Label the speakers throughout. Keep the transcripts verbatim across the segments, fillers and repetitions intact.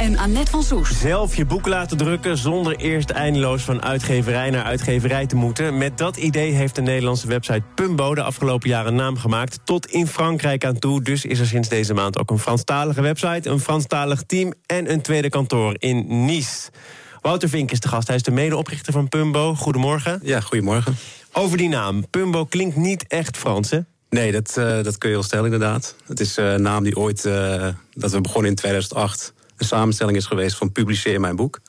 Speaker 1: en Annette van Soest.
Speaker 2: Zelf je boek laten drukken zonder eerst eindeloos van uitgeverij naar uitgeverij te moeten. Met dat idee heeft de Nederlandse website Pumbo de afgelopen jaren naam gemaakt. Tot in Frankrijk aan toe. Dus is er sinds deze maand ook een Franstalige website, een Franstalig team en een tweede kantoor in Nice. Wouter Vink is de gast. Hij is de medeoprichter van Pumbo. Goedemorgen.
Speaker 3: Ja, goedemorgen.
Speaker 2: Over die naam. Pumbo klinkt niet echt Frans, hè?
Speaker 3: Nee, dat, uh, dat kun je wel stellen inderdaad. Het is uh, een naam die ooit, uh, dat we begonnen in tweeduizend acht... een samenstelling is geweest van publiceer mijn boek.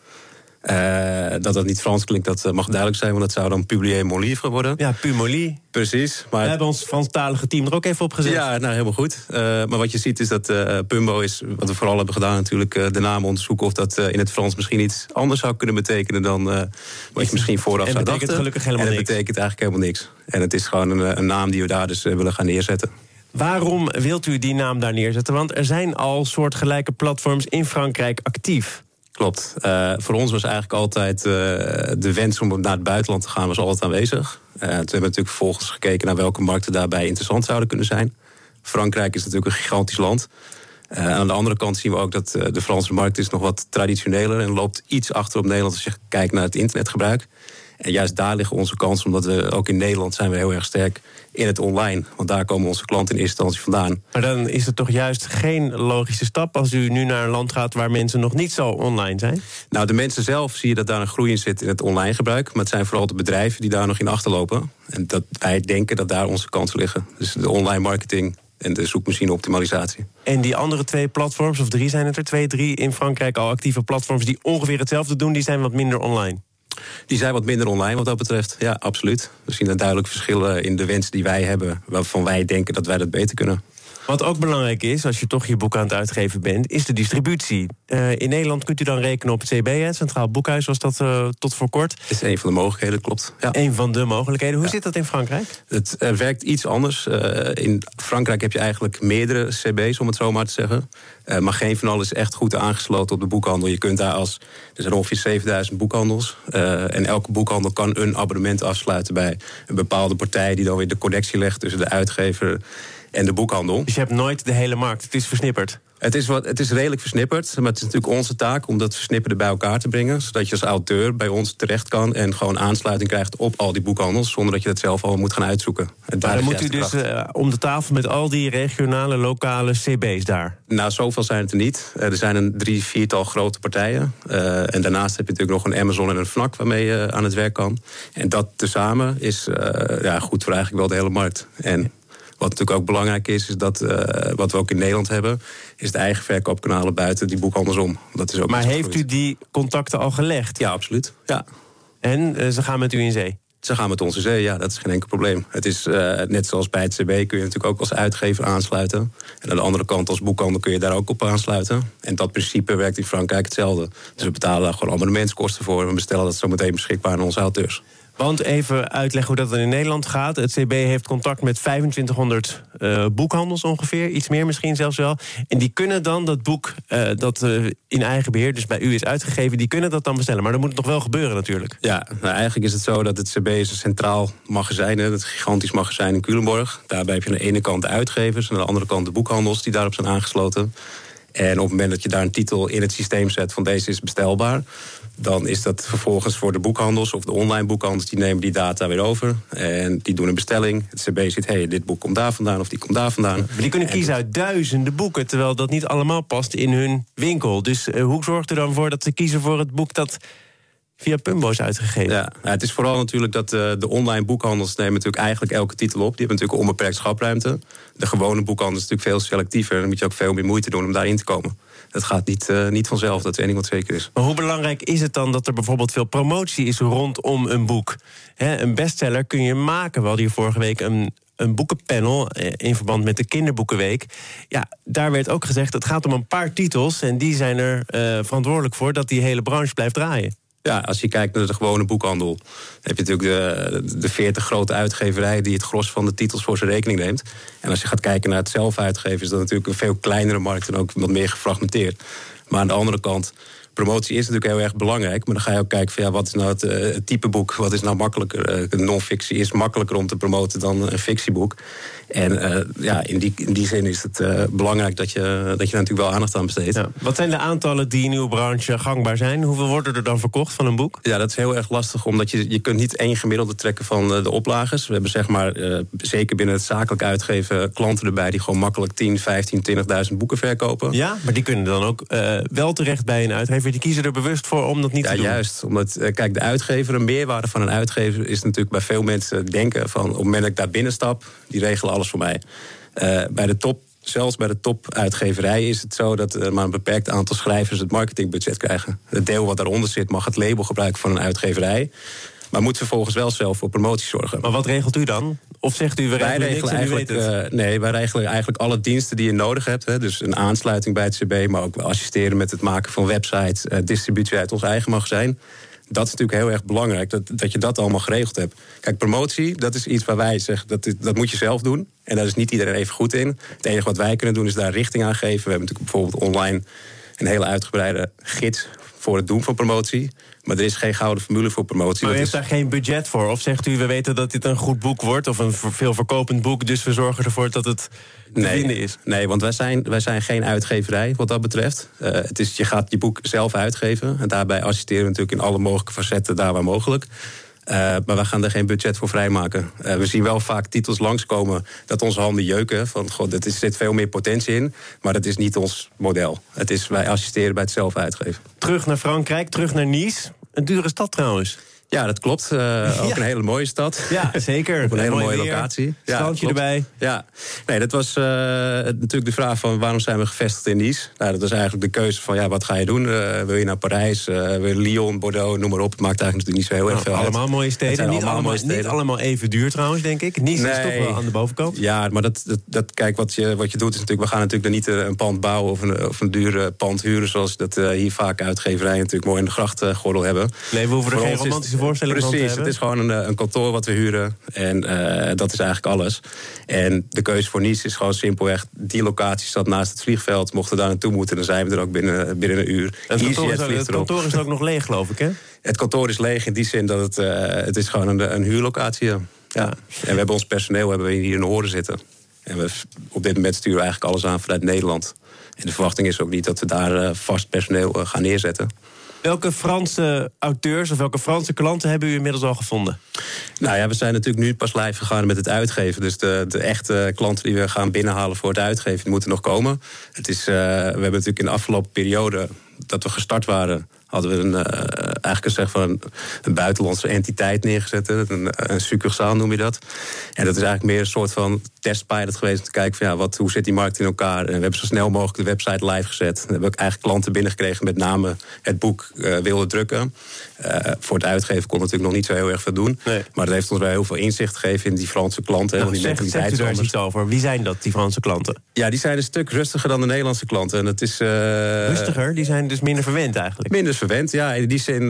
Speaker 3: Uh, dat dat niet Frans klinkt, dat mag duidelijk zijn, want dat zou dan publier mon livre worden.
Speaker 2: Ja, pu mon livre.
Speaker 3: Precies. Maar
Speaker 2: we hebben ons Franstalige team er ook even op gezet.
Speaker 3: Ja, nou helemaal goed. Uh, maar wat je ziet is dat uh, Pumbo is, wat we vooral hebben gedaan natuurlijk, uh, de naam onderzoeken of dat uh, in het Frans misschien iets anders zou kunnen betekenen dan uh, wat je misschien vooraf zou dachten.
Speaker 2: En dat betekent gelukkig helemaal
Speaker 3: niks.
Speaker 2: niks.
Speaker 3: En dat betekent eigenlijk helemaal niks. En het is gewoon een, een naam die we daar dus uh, willen gaan neerzetten.
Speaker 2: Waarom wilt u die naam daar neerzetten? Want er zijn al soortgelijke platforms in Frankrijk actief.
Speaker 3: Klopt. Uh, voor ons was eigenlijk altijd uh, de wens om naar het buitenland te gaan was altijd aanwezig. Uh, toen hebben we natuurlijk vervolgens gekeken naar welke markten daarbij interessant zouden kunnen zijn. Frankrijk is natuurlijk een gigantisch land. Uh, aan de andere kant zien we ook dat uh, de Franse markt is nog wat traditioneler en loopt iets achter op Nederland als je kijkt naar het internetgebruik. En juist daar liggen onze kansen, omdat we ook in Nederland zijn we heel erg sterk in het online. Want daar komen onze klanten in eerste instantie vandaan.
Speaker 2: Maar dan is het toch juist geen logische stap als u nu naar een land gaat waar mensen nog niet zo online zijn?
Speaker 3: Nou, de mensen zelf zie je dat daar een groei in zit in het online gebruik. Maar het zijn vooral de bedrijven die daar nog in achterlopen. En dat wij denken dat daar onze kansen liggen. Dus de online marketing en de zoekmachine optimalisatie.
Speaker 2: En die andere twee platforms, of drie zijn het er, twee, drie in Frankrijk al actieve platforms die ongeveer hetzelfde doen, die zijn wat minder online?
Speaker 3: Die zijn wat minder online wat dat betreft. Ja, absoluut. We zien een duidelijk verschil in de wensen die wij hebben, waarvan wij denken dat wij dat beter kunnen.
Speaker 2: Wat ook belangrijk is, als je toch je boek aan het uitgeven bent, is de distributie. Uh, in Nederland kunt u dan rekenen op het C B, het Centraal Boekhuis was dat uh, tot voor kort.
Speaker 3: Dat is een van de mogelijkheden, klopt. Ja.
Speaker 2: Een van de mogelijkheden. Hoe
Speaker 3: ja.
Speaker 2: zit dat in Frankrijk?
Speaker 3: Het uh, werkt iets anders. Uh, in Frankrijk heb je eigenlijk meerdere C B's, om het zo maar te zeggen. Uh, maar geen van allen is echt goed aangesloten op de boekhandel. Je kunt daar als, er zijn ongeveer zevenduizend boekhandels. Uh, en elke boekhandel kan een abonnement afsluiten bij een bepaalde partij die dan weer de connectie legt tussen de uitgever en de boekhandel.
Speaker 2: Dus je hebt nooit de hele markt, het is versnipperd?
Speaker 3: Het is, wat, het is redelijk versnipperd, maar het is natuurlijk onze taak om dat versnipperde bij elkaar te brengen, zodat je als auteur bij ons terecht kan en gewoon aansluiting krijgt op al die boekhandels, zonder dat je dat zelf al moet gaan uitzoeken.
Speaker 2: En maar dan moet u dus uh, om de tafel met al die regionale, lokale C B's daar?
Speaker 3: Nou, zoveel zijn het er niet. Uh, er zijn een drie, viertal grote partijen. Uh, en daarnaast heb je natuurlijk nog een Amazon en een Fnac waarmee je aan het werk kan. En dat tezamen is uh, ja, goed voor eigenlijk wel de hele markt. En wat natuurlijk ook belangrijk is, is dat uh, wat we ook in Nederland hebben, is de eigen verkoopkanalen buiten die boekhandels om. Dat is ook
Speaker 2: maar heeft u die contacten al gelegd?
Speaker 3: Ja, absoluut. Ja.
Speaker 2: En uh, ze gaan met u in zee?
Speaker 3: Ze gaan met ons in zee, ja, dat is geen enkel probleem. Het is uh, net zoals bij het C B kun je natuurlijk ook als uitgever aansluiten. En aan de andere kant als boekhandel kun je daar ook op aansluiten. En dat principe werkt in Frankrijk hetzelfde. Dus we betalen daar gewoon abonnementskosten voor en we bestellen dat zometeen beschikbaar aan onze auteurs.
Speaker 2: Want even uitleggen hoe dat dan in Nederland gaat. Het C B heeft contact met vijfentwintighonderd uh, boekhandels ongeveer. Iets meer misschien zelfs wel. En die kunnen dan dat boek uh, dat uh, in eigen beheer, dus bij u is uitgegeven, die kunnen dat dan bestellen. Maar dat moet het nog wel gebeuren natuurlijk.
Speaker 3: Ja, nou eigenlijk is het zo dat het C B is een centraal magazijn, hè, het gigantisch magazijn in Culemborg. Daarbij heb je aan de ene kant de uitgevers en aan de andere kant de boekhandels die daarop zijn aangesloten. En op het moment dat je daar een titel in het systeem zet van deze is bestelbaar, dan is dat vervolgens voor de boekhandels of de online boekhandels, die nemen die data weer over. En die doen een bestelling. Het C B ziet, hé, hey, dit boek komt daar vandaan of die komt daar vandaan.
Speaker 2: Maar die kunnen kiezen uit duizenden boeken, terwijl dat niet allemaal past in hun winkel. Dus uh, hoe zorgt u dan voor dat ze kiezen voor het boek dat via Pumbo is uitgegeven?
Speaker 3: Ja, nou, het is vooral natuurlijk dat uh, de online boekhandels nemen natuurlijk eigenlijk elke titel op. Die hebben natuurlijk onbeperkt schapruimte. De gewone boekhandel is natuurlijk veel selectiever. Dan moet je ook veel meer moeite doen om daarin te komen. Dat gaat niet, uh, niet vanzelf, dat is één ding wat zeker is.
Speaker 2: Maar hoe belangrijk is het dan dat er bijvoorbeeld veel promotie is rondom een boek? He, een bestseller kun je maken. We hadden hier vorige week een, een boekenpanel in verband met de Kinderboekenweek. Ja, daar werd ook gezegd, het gaat om een paar titels en die zijn er uh, verantwoordelijk voor dat die hele branche blijft draaien.
Speaker 3: Ja, als je kijkt naar de gewone boekhandel, dan heb je natuurlijk de, de veertig grote uitgeverijen die het gros van de titels voor zijn rekening neemt. En als je gaat kijken naar het zelf uitgeven, is dat natuurlijk een veel kleinere markt en ook wat meer gefragmenteerd. Maar aan de andere kant promotie is natuurlijk heel erg belangrijk. Maar dan ga je ook kijken van ja, wat is nou het, uh, het type boek? Wat is nou makkelijker? Uh, non-fictie is makkelijker om te promoten dan een fictieboek. En uh, ja, in die, in die zin is het uh, belangrijk dat je, dat je daar natuurlijk wel aandacht aan besteedt. Ja.
Speaker 2: Wat zijn de aantallen die in uw branche gangbaar zijn? Hoeveel worden er dan verkocht van een boek?
Speaker 3: Ja, dat is heel erg lastig, omdat je, je kunt niet één gemiddelde trekken van uh, de oplages. We hebben zeg maar, uh, zeker binnen het zakelijk uitgeven, klanten erbij die gewoon makkelijk tien, vijftien, twintigduizend boeken verkopen.
Speaker 2: Ja, maar die kunnen dan ook uh, wel terecht bij een uitgever. Die kiezen er bewust voor om dat niet
Speaker 3: ja,
Speaker 2: te doen.
Speaker 3: Ja, juist. Omdat, uh, kijk, de uitgever, een meerwaarde van een uitgever is natuurlijk bij veel mensen denken van op het moment dat ik daar binnenstap, die regelen alles voor mij. Uh, bij de top, zelfs bij de topuitgeverij is het zo dat uh, maar een beperkt aantal schrijvers het marketingbudget krijgen. Het deel wat daaronder zit mag het label gebruiken van een uitgeverij, maar moet vervolgens wel zelf voor promotie zorgen.
Speaker 2: Maar wat regelt u dan? Of zegt u, we regelen,
Speaker 3: wij regelen
Speaker 2: niks en u
Speaker 3: eigenlijk,
Speaker 2: weet het?
Speaker 3: Uh, nee, wij regelen eigenlijk alle diensten die je nodig hebt. Hè, dus een aansluiting bij het C B, maar ook assisteren met het maken van websites, uh, distributie uit ons eigen magazijn. Dat is natuurlijk heel erg belangrijk, dat, dat je dat allemaal geregeld hebt. Kijk, promotie, dat is iets waar wij zeggen, dat, dat moet je zelf doen. En daar is niet iedereen even goed in. Het enige wat wij kunnen doen is daar richting aan geven. We hebben natuurlijk bijvoorbeeld online een hele uitgebreide gids voor het doen van promotie. Maar er is geen gouden formule voor promotie.
Speaker 2: Maar u heeft
Speaker 3: is...
Speaker 2: daar geen budget voor? Of zegt u, we weten dat dit een goed boek wordt, of een veel verkopend boek, dus we zorgen ervoor dat het te
Speaker 3: nee,
Speaker 2: vinden is?
Speaker 3: Nee, want wij zijn, wij zijn geen uitgeverij wat dat betreft. Uh, het is, je gaat je boek zelf uitgeven. En daarbij assisteren we natuurlijk in alle mogelijke facetten daar waar mogelijk. Uh, maar we gaan er geen budget voor vrijmaken. Uh, we zien wel vaak titels langskomen dat onze handen jeuken. Van, god, er zit veel meer potentie in. Maar dat is niet ons model. Het is, wij assisteren bij het zelf uitgeven.
Speaker 2: Terug naar Frankrijk, terug naar Nice. Een dure stad trouwens.
Speaker 3: Ja, dat klopt. Uh, ook ja. Een hele mooie stad.
Speaker 2: Ja, zeker.
Speaker 3: Op een hele
Speaker 2: mooie,
Speaker 3: mooie
Speaker 2: weer.
Speaker 3: locatie.
Speaker 2: Strandje
Speaker 3: ja,
Speaker 2: erbij.
Speaker 3: Ja, nee, dat was uh, natuurlijk de vraag van waarom zijn we gevestigd in Nice? Nou, dat was eigenlijk de keuze van ja, wat ga je doen? Uh, wil je naar Parijs? Uh, wil je Lyon, Bordeaux, noem maar op. Het maakt eigenlijk natuurlijk niet zo heel
Speaker 2: nou,
Speaker 3: erg veel
Speaker 2: allemaal
Speaker 3: uit.
Speaker 2: Mooie steden. Niet allemaal, allemaal
Speaker 3: mooie steden.
Speaker 2: Niet allemaal even duur trouwens, denk ik. Nice nee. is toch wel aan de bovenkant.
Speaker 3: Ja, maar dat, dat, dat, kijk, wat je, wat je doet is natuurlijk, we gaan natuurlijk niet een pand bouwen of een, of een duur pand huren, zoals dat uh, hier vaak uitgeverijen natuurlijk mooi in de grachtgordel hebben.
Speaker 2: Nee, we hoeven er Voor geen romantische voorstelling van te hebben.
Speaker 3: Het is gewoon een, een kantoor wat we huren. En uh, dat is eigenlijk alles. En de keuze voor Nice is gewoon simpelweg, die locatie staat naast het vliegveld. Mochten we daar naartoe moeten, dan zijn we er ook binnen, binnen een uur.
Speaker 2: En het kantoor, is, het kantoor is ook nog leeg, geloof ik, hè?
Speaker 3: Het kantoor is leeg in die zin dat het, uh, het is gewoon een, een huurlocatie is. Ja. Ja. En we hebben ons personeel hebben we hier in Horen zitten. En we, op dit moment sturen we eigenlijk alles aan vanuit Nederland. En de verwachting is ook niet dat we daar uh, vast personeel uh, gaan neerzetten.
Speaker 2: Welke Franse auteurs of welke Franse klanten hebben u inmiddels al gevonden?
Speaker 3: Nou ja, we zijn natuurlijk nu pas live gegaan met het uitgeven. Dus de, de echte klanten die we gaan binnenhalen voor het uitgeven, die moeten nog komen. Het is, uh, we hebben natuurlijk in de afgelopen periode dat we gestart waren, hadden we een, uh, eigenlijk een, zeg van een, een buitenlandse entiteit neergezet. Een, een succursale noem je dat. En dat is eigenlijk meer een soort van testpilot geweest om te kijken van ja, wat, hoe zit die markt in elkaar. En we hebben zo snel mogelijk de website live gezet. We hebben ook eigenlijk klanten binnengekregen met name het boek uh, wilden drukken. Uh, voor het uitgeven kon natuurlijk nog niet zo heel erg veel doen. Nee. Maar dat heeft ons wel heel veel inzicht gegeven in die Franse klanten.
Speaker 2: Nou,
Speaker 3: die
Speaker 2: zeg, zegt u daar eens iets over? Wie zijn dat, die Franse klanten?
Speaker 3: Ja, die zijn een stuk rustiger dan de Nederlandse klanten. En dat is, uh,
Speaker 2: rustiger? Die zijn dus minder verwend eigenlijk?
Speaker 3: Minder verwend, ja. In die zin, uh,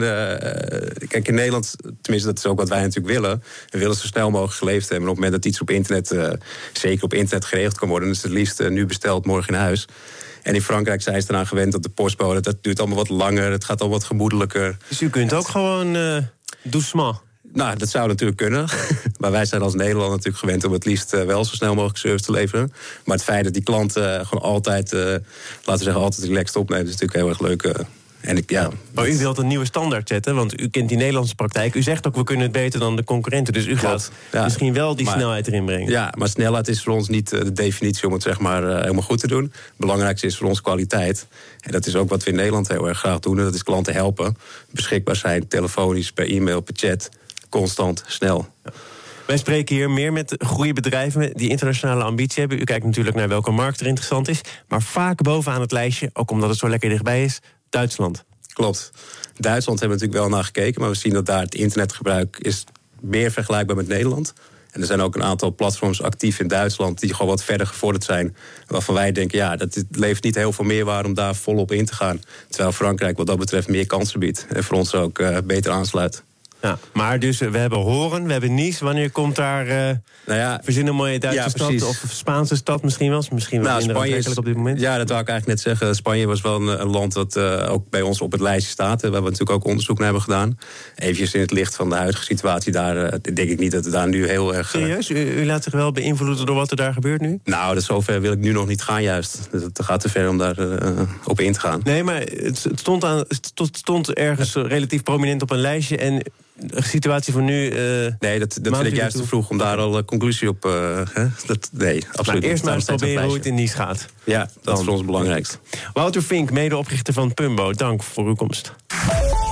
Speaker 3: kijk, in Nederland, tenminste dat is ook wat wij natuurlijk willen. We willen zo snel mogelijk geleverd hebben. En op het moment dat iets op internet, uh, zeker op internet geregeld kan worden, dan is het liefst uh, nu besteld, morgen in huis. En in Frankrijk zijn ze eraan gewend dat de postbode, dat duurt allemaal wat langer, het gaat allemaal wat gemoedelijker.
Speaker 2: Dus u kunt ook gewoon uh, doucement?
Speaker 3: Nou, dat zou natuurlijk kunnen. Maar wij zijn als Nederland natuurlijk gewend om het liefst uh, wel zo snel mogelijk service te leveren. Maar het feit dat die klant uh, gewoon altijd, uh, laten we zeggen, altijd relaxed opneemt, is natuurlijk heel erg leuk. Uh, En ik, ja,
Speaker 2: maar u wilt een nieuwe standaard zetten, want u kent die Nederlandse praktijk. U zegt ook, we kunnen het beter dan de concurrenten. Dus u gaat ja, misschien wel die maar, snelheid erin brengen.
Speaker 3: Ja, maar snelheid is voor ons niet de definitie om het zeg maar uh, helemaal goed te doen. Het belangrijkste is voor ons kwaliteit. En dat is ook wat we in Nederland heel erg graag doen. En dat is klanten helpen. Beschikbaar zijn, telefonisch, per e-mail, per chat. Constant, snel. Ja.
Speaker 2: Wij spreken hier meer met goede bedrijven die internationale ambitie hebben. U kijkt natuurlijk naar welke markt er interessant is. Maar vaak bovenaan het lijstje, ook omdat het zo lekker dichtbij is, Duitsland.
Speaker 3: Klopt. Duitsland hebben we natuurlijk wel naar gekeken, maar we zien dat daar het internetgebruik is meer vergelijkbaar met Nederland. En er zijn ook een aantal platforms actief in Duitsland die gewoon wat verder gevorderd zijn. Waarvan wij denken, ja, dat levert niet heel veel meerwaarde om daar volop in te gaan. Terwijl Frankrijk wat dat betreft meer kansen biedt. En voor ons ook uh, beter aansluit.
Speaker 2: Ja, maar dus we hebben Horen, we hebben Nice. Wanneer komt daar... Uh, nou ja, verzin een mooie Duitse ja, stad of Spaanse stad misschien wel. Misschien wel nou, minder aantrekkelijk op dit moment.
Speaker 3: Ja, dat wou ik eigenlijk net zeggen. Spanje was wel een, een land dat uh, ook bij ons op het lijstje staat. Waar we natuurlijk ook onderzoek naar hebben gedaan. Even in het licht van de huidige situatie daar... Uh, denk ik niet dat het daar nu heel erg... Uh,
Speaker 2: Serieus? U, u laat zich wel beïnvloeden door wat er daar gebeurt nu?
Speaker 3: Nou, dat zover wil ik nu nog niet gaan juist. Het gaat te ver om daar uh, op in te gaan.
Speaker 2: Nee, maar het, het, stond, aan, het stond ergens relatief prominent op een lijstje... en de situatie van nu... Uh,
Speaker 3: nee, dat, dat vind ik juist te vroeg om daar al een conclusie op... Uh, hè? Dat, nee, absoluut.
Speaker 2: Maar eerst maar eens proberen hoe het in Nice gaat.
Speaker 3: Ja, dat Dan. is voor ons het belangrijkste.
Speaker 2: Wouter Fink, medeoprichter van Pumbo, dank voor uw komst.